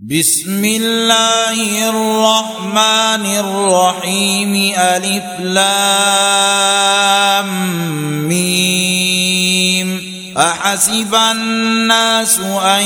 بسم الله الرحمن الرحيم ألف لام ميم أحسب الناس أن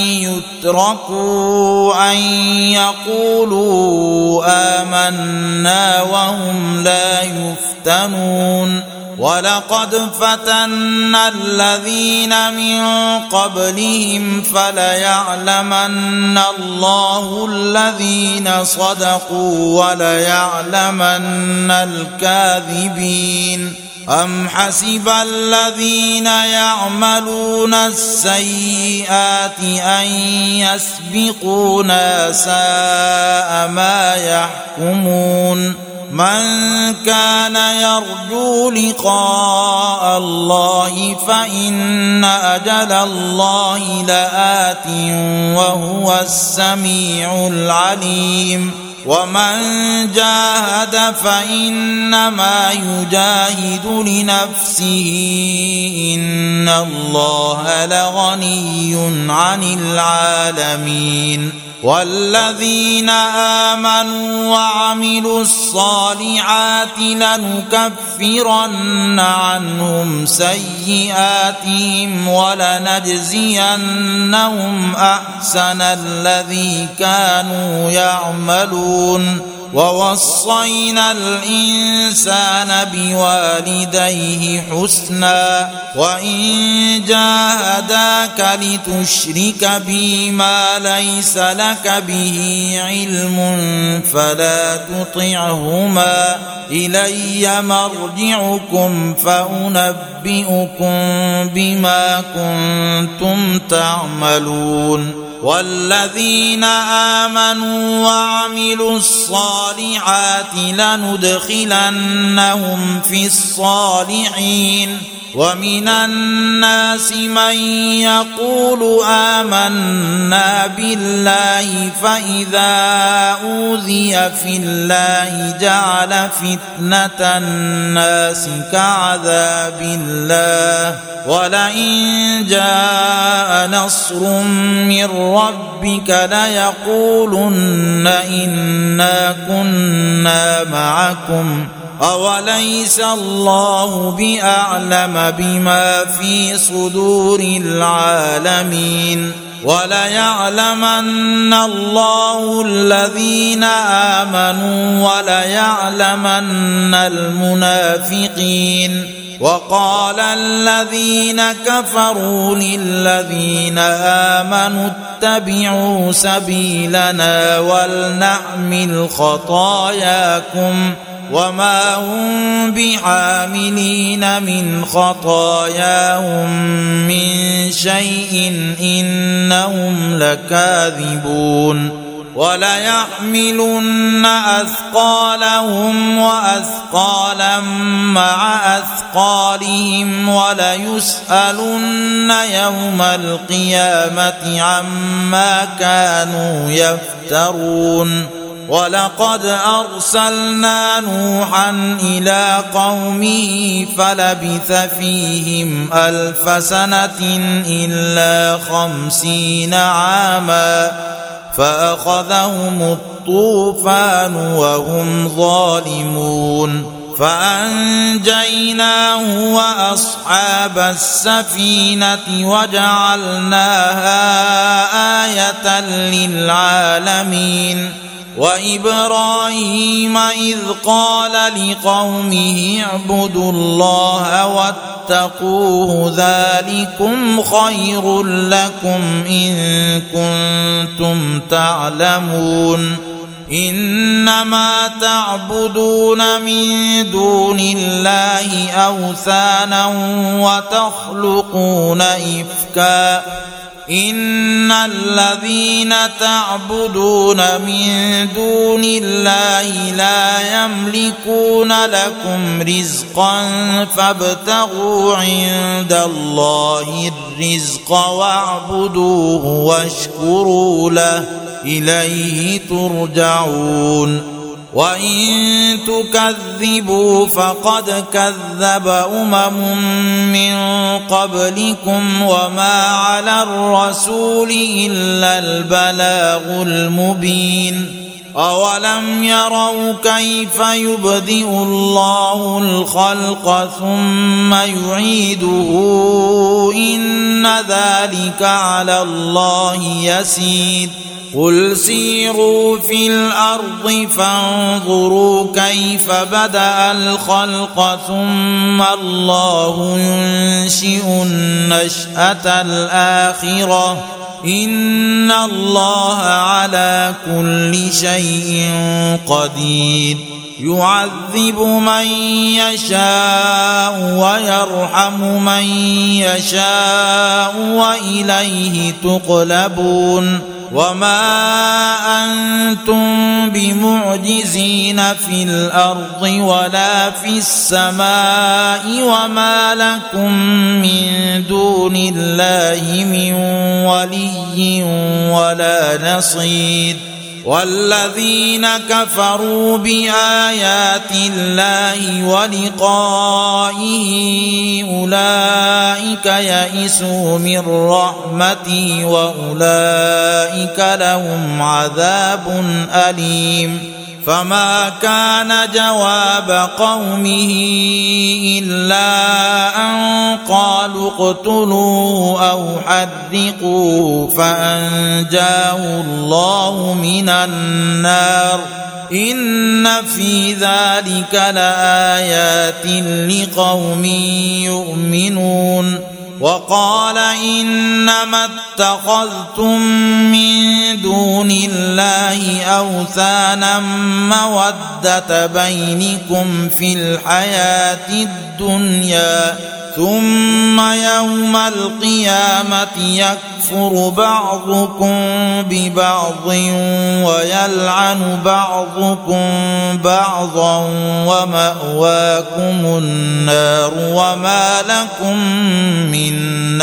يتركوا أن يقولوا آمنا وهم لا يفتنون ولقد فتنا الذين من قبلهم فليعلمن الله الذين صدقوا وليعلمن الكاذبين أم حسب الذين يعملون السيئات أن يسبقونا ساء ما يحكمون من كان يرجو لقاء الله فإن أجل الله لآت وهو السميع العليم ومن جاهد فإنما يجاهد لنفسه إن الله لغني عن العالمين والذين آمنوا وعملوا الصالحات لنكفرن عنهم سيئاتهم ولنجزينهم أحسن الذي كانوا يعملون ووصينا الإنسان بوالديه حسنا وإن جاهداك لتشرك بي ما ليس لك به علم فلا تطعهما إلي مرجعكم فأنبئكم بما كنتم تعملون والذين آمنوا وعملوا الصالحات لندخلنهم في الصالحين ومن الناس من يقول آمنا بالله فإذا أوذي في الله جعل فتنة الناس كعذاب الله ولئن جاء نصر من ربك ليقولن إنا كنا معكم أوليس الله بأعلم بما في صدور العالمين وليعلمن الله الذين آمنوا وليعلمن المنافقين وقال الذين كفروا للذين آمنوا اتبعوا سبيلنا ولنحمل خطاياكم وما هم بحاملين من خطاياهم من شيء إنهم لكاذبون وليحملن أثقالهم وأثقالا مع أثقالهم وليسألن يوم القيامة عما كانوا يفترون ولقد أرسلنا نوحا إلى قومه فلبث فيهم 1000 سنة إلا 50 عاما فأخذهم الطوفان وهم ظالمون فأنجيناه وأصحاب السفينة وجعلناها آية للعالمين وإبراهيم إذ قال لقومه اعبدوا الله واتقوه ذلكم خير لكم إن كنتم تعلمون إنما تعبدون من دون الله أوثانا وتخلقون إفكا إن الذين تعبدون من دون الله لا يملكون لكم رزقا فابتغوا عند الله الرزق واعبدوه واشكروا له إليه ترجعون وإن تكذبوا فقد كذب من قبلكم وما على الرسول إلا البلاغ المبين أولم يروا كيف يبدئ الله الخلق ثم يعيده إن ذلك على الله يسير قل سيروا في الأرض فانظروا كيف بدأ الخلق ثم الله ينشئ النشأة الآخرة إن الله على كل شيء قدير يعذب من يشاء ويرحم من يشاء وإليه تقلبون وما أنتم بمعجزين في الأرض ولا في السماء وما لكم من دون الله من ولي ولا نصير والذين كفروا بآيات الله ولقائه أولئك يئسوا من رحمتي وأولئك لهم عذاب أليم فما كان جواب قومه إلا أن قالوا اقتلوه أو حرقوه فأنجاه الله من النار إن في ذلك لآيات لقوم يؤمنون وقال إنما اتخذتم من دون الله أوثانا مودة بينكم في الحياة الدنيا ثم يوم القيامة يكفر بعضكم ببعض ويلعن بعضكم بعضا ومأواكم النار وما لكم من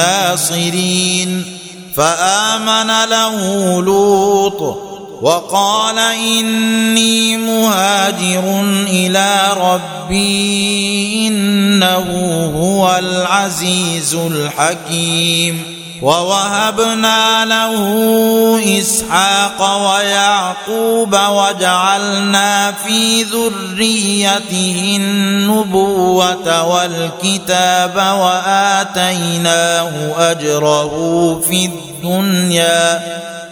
ناصرين فآمن له لوط وقال إني مهاجر إلى ربي إنه هو العزيز الحكيم ووهبنا له إسحاق ويعقوب وجعلنا في ذريته النبوة والكتاب وآتيناه أجره في الدنيا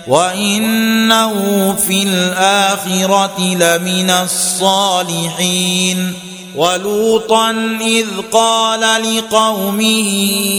وإنه في الآخرة لمن الصالحين ولوطا إذ قال لقومه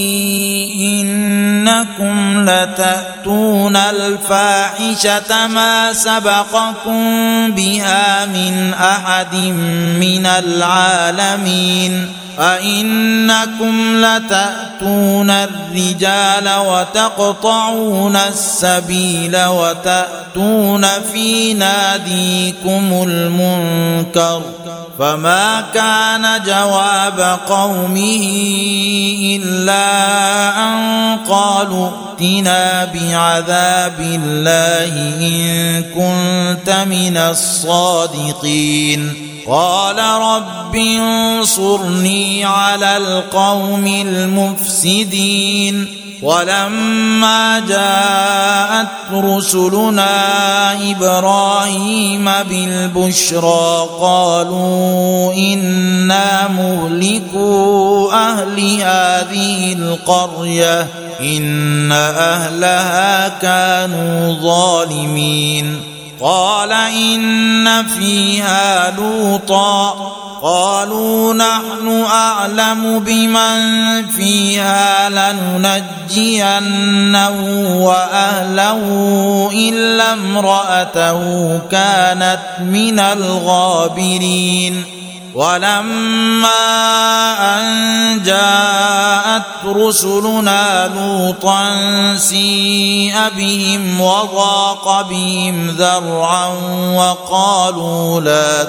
إنكم لتأتون الفاحشة ما سبقكم بها من أحد من العالمين أئنكم لتأتون الرجال وتقطعون السبيل وتأتون في ناديكم المنكر فما كان جواب قومه إلا أن قالوا ائتنا بعذاب الله إن كنت من الصادقين قال رب انصرني على القوم المفسدين ولما جاءت رسلنا إبراهيم بالبشرى قالوا إنا مهلكو أهل هذه القرية إن أهلها كانوا ظالمين قال إن فيها لوطا قالوا نحن أعلم بمن فيها لننجينه وأهله إلا امرأته كانت من الغابرين ولما أن جاءت رسلنا لوطا سيء بهم وضاق بهم ذرعا وقالوا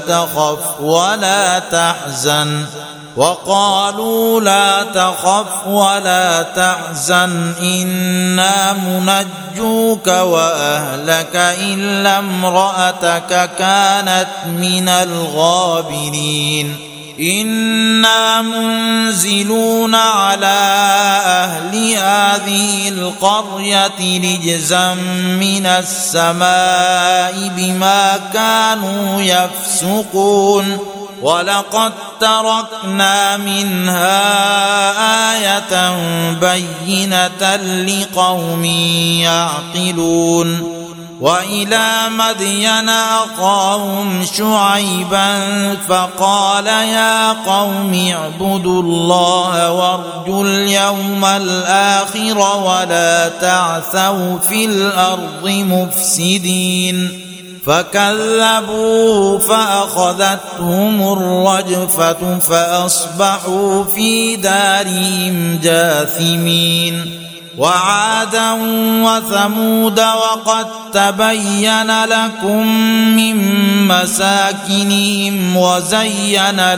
لا تخف ولا تحزن إنا منجوك وأهلك إلا امرأتك كانت من الغابرين إنا منزلون على أهل هذه القرية رجزا من السماء بما كانوا يفسقون ولقد تركنا منها آية بينة لقوم يعقلون وإلى مدين أخاهم شعيبا فقال يا قوم اعبدوا الله وارجوا اليوم الآخر ولا تعثوا في الأرض مفسدين فكذبوه فأخذتهم الرجفة فأصبحوا في دارهم جاثمين وعادا وثمود وقد تبين لكم من مساكنهم وزين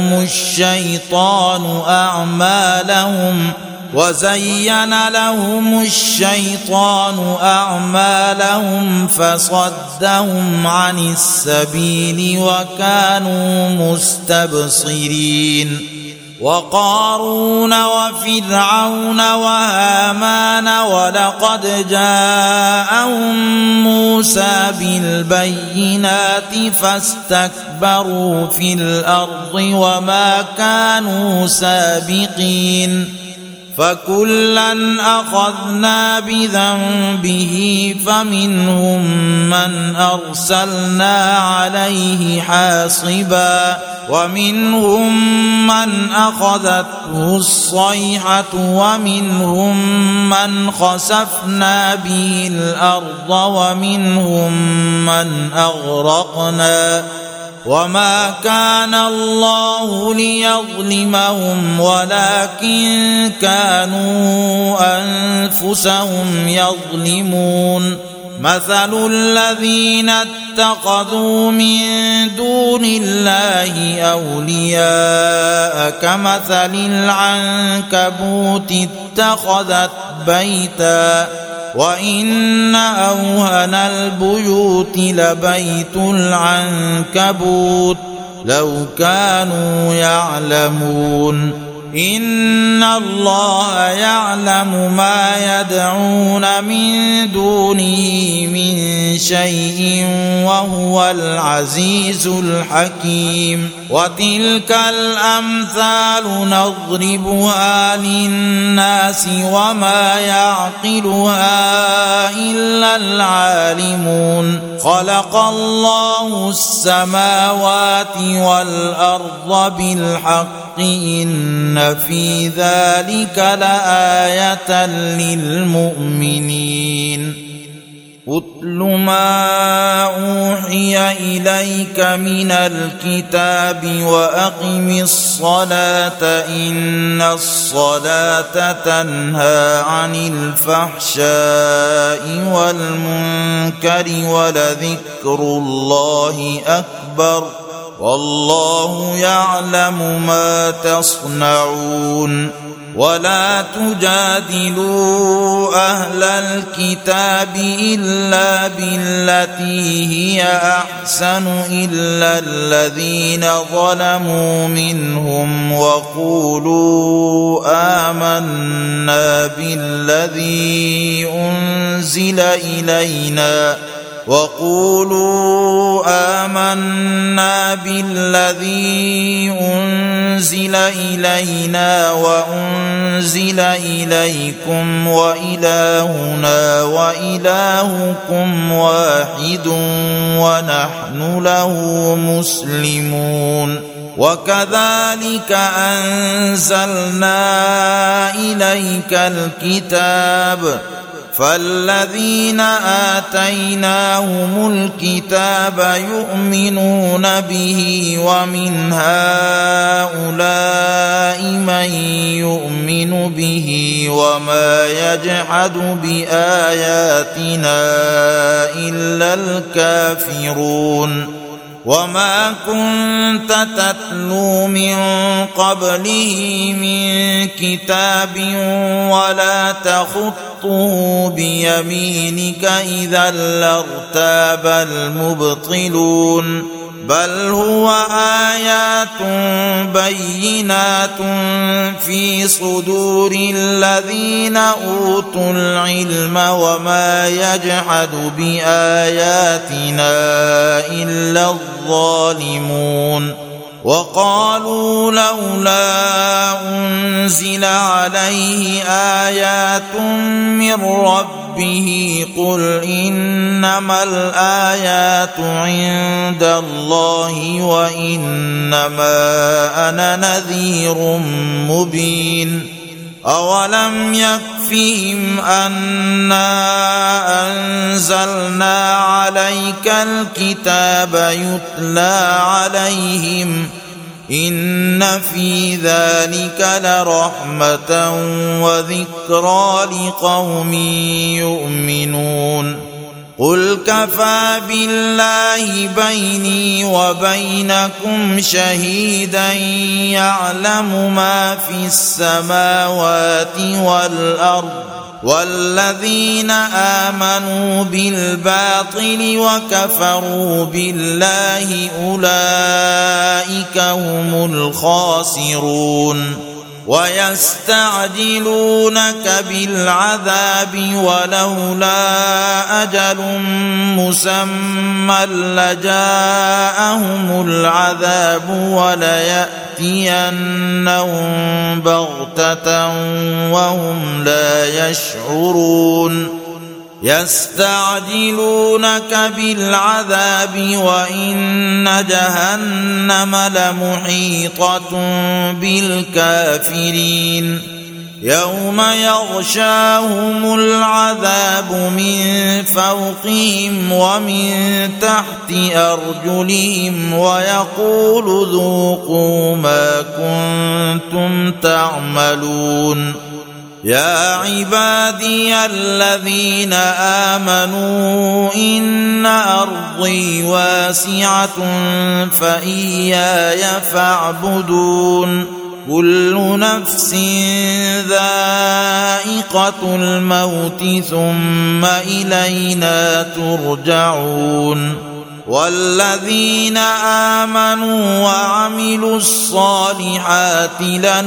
لهم الشيطان أعمالهم فصدهم عن السبيل وكانوا مستبصرين وقارون وفرعون وهامان ولقد جاءهم موسى بالبينات فاستكبروا في الأرض وما كانوا سابقين فكلا أخذنا بذنبه فمنهم من أرسلنا عليه حاصبا ومنهم من أخذته الصيحة ومنهم من خسفنا به الأرض ومنهم من أغرقنا وما كان الله ليظلمهم ولكن كانوا أنفسهم يظلمون مثل الذين اتخذوا من دون الله أولياء كمثل العنكبوت اتخذت بيتا وإن أوهن البيوت لبيت العنكبوت لو كانوا يعلمون إن الله يعلم ما يدعون من دونه من شيء وهو العزيز الحكيم وتلك الأمثال نضربها للناس وما يعقلها إلا العالمون خلق الله السماوات والأرض بالحق إن في ذلك لآية للمؤمنين أتل ما أوحي إليك من الكتاب وأقم الصلاة إن الصلاة تنهى عن الفحشاء والمنكر ولذكر الله أكبر والله يعلم ما تصنعون ولا تجادلوا أهل الكتاب إلا بالتي هي أحسن إلا الذين ظلموا منهم وقولوا آمنا بالذي أنزل إلينا وأنزل إليكم وإلهنا وإلهكم واحد ونحن له مسلمون وكذلك أنزلنا إليك الكتاب فالذين آتيناهم الكتاب يؤمنون به ومن هؤلاء من يؤمن به وما يجحد بآياتنا إلا الكافرون وما كنت تتلو من قبله من كتاب ولا تخطه بيمينك إذا لارتاب المبطلون بل هو آيات بينات في صدور الذين أوتوا العلم وما يجحد بآياتنا إلا الظالمون وقالوا لولا أنزل عليه آيات من ربه قل إنما الآيات عند الله وإنما أنا نذير مبين أولم يكفهم أنا أنزلنا عليك الكتاب يتلى عليهم إن في ذلك لرحمة وذكرى لقوم يؤمنون قل كفى بالله بيني وبينكم شهيدا يعلم ما في السماوات والأرض والذين آمنوا بالباطل وكفروا بالله أولئك هم الخاسرون ويستعجلونك بالعذاب ولولا أجل مسمى لجاءهم العذاب وليأتينهم بغتة وهم لا يشعرون يستعجلونك بالعذاب وإن جهنم لمحيطة بالكافرين يوم يغشاهم العذاب من فوقهم ومن تحت أرجلهم ويقول ذوقوا ما كنتم تعملون يا عبادي الذين آمنوا إن أرضي واسعة فإياي فاعبدون كل نفس ذائقة الموت ثم إلينا ترجعون والذين آمنوا وعملوا الصالحات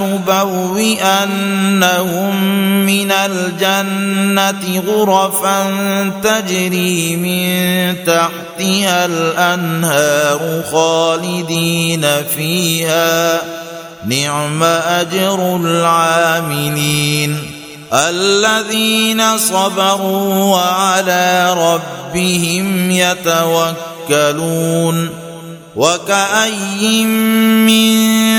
لنبوئنهم من الجنة غرفا تجري من تحتها الأنهار خالدين فيها نعم أجر العاملين الذين صبروا وعلى ربهم يتوكلون وكأي من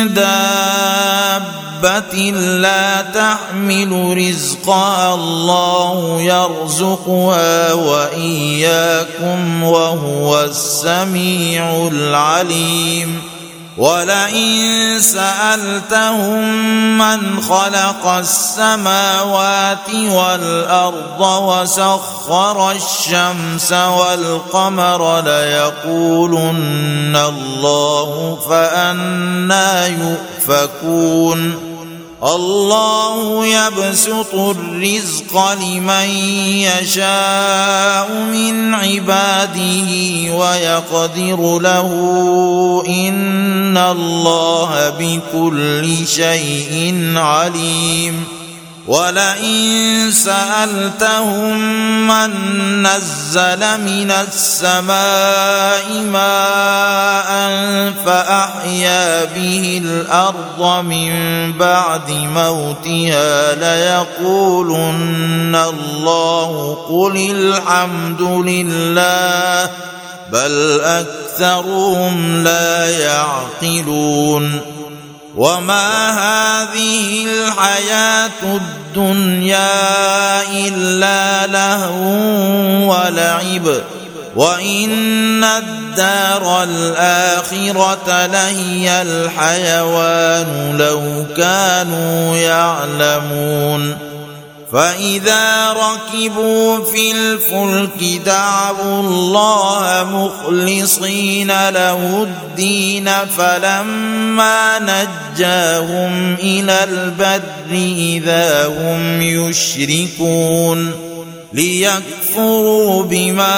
دابة لا تحمل رزقها الله يرزقها وإياكم وهو السميع العليم ولئن سألتهم من خلق السماوات والأرض وسخر الشمس والقمر ليقولن الله فأنى يؤفكون الله يبسط الرزق لمن يشاء من عباده ويقدر له إن الله بكل شيء عليم ولئن سألتهم من نزل من السماء ماء فأحيا به الأرض من بعد موتها ليقولن الله قل الحمد لله بل أكثرهم لا يعقلون وما هذه الحياة الدنيا إلا لهو ولعب وإن الدار الآخرة لهي الحيوان لو كانوا يعلمون فإذا ركبوا في الفلك دعوا الله مخلصين له الدين فلما نجاهم إلى البر إذا هم يشركون ليكفروا بما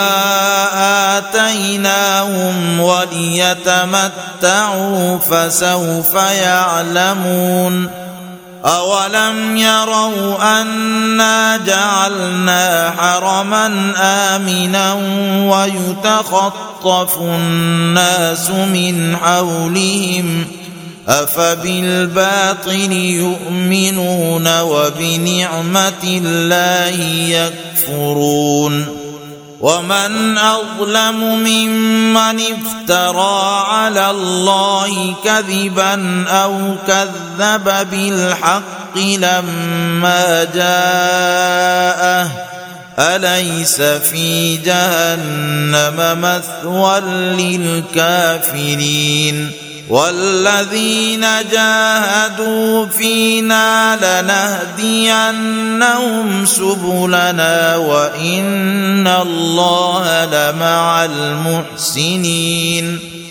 آتيناهم وليتمتعوا فسوف يعلمون أولم يروا أنا جعلنا حرما آمنا ويتخطف الناس من حولهم أفبالباطل يؤمنون وبنعمة الله يكفرون ومن أظلم ممن افترى على الله كذبا أو كذب بالحق لما جاءه أليس في جهنم مثوى للكافرين والذين جاهدوا فينا لنهدينهم سبلنا وإن الله لمع المحسنين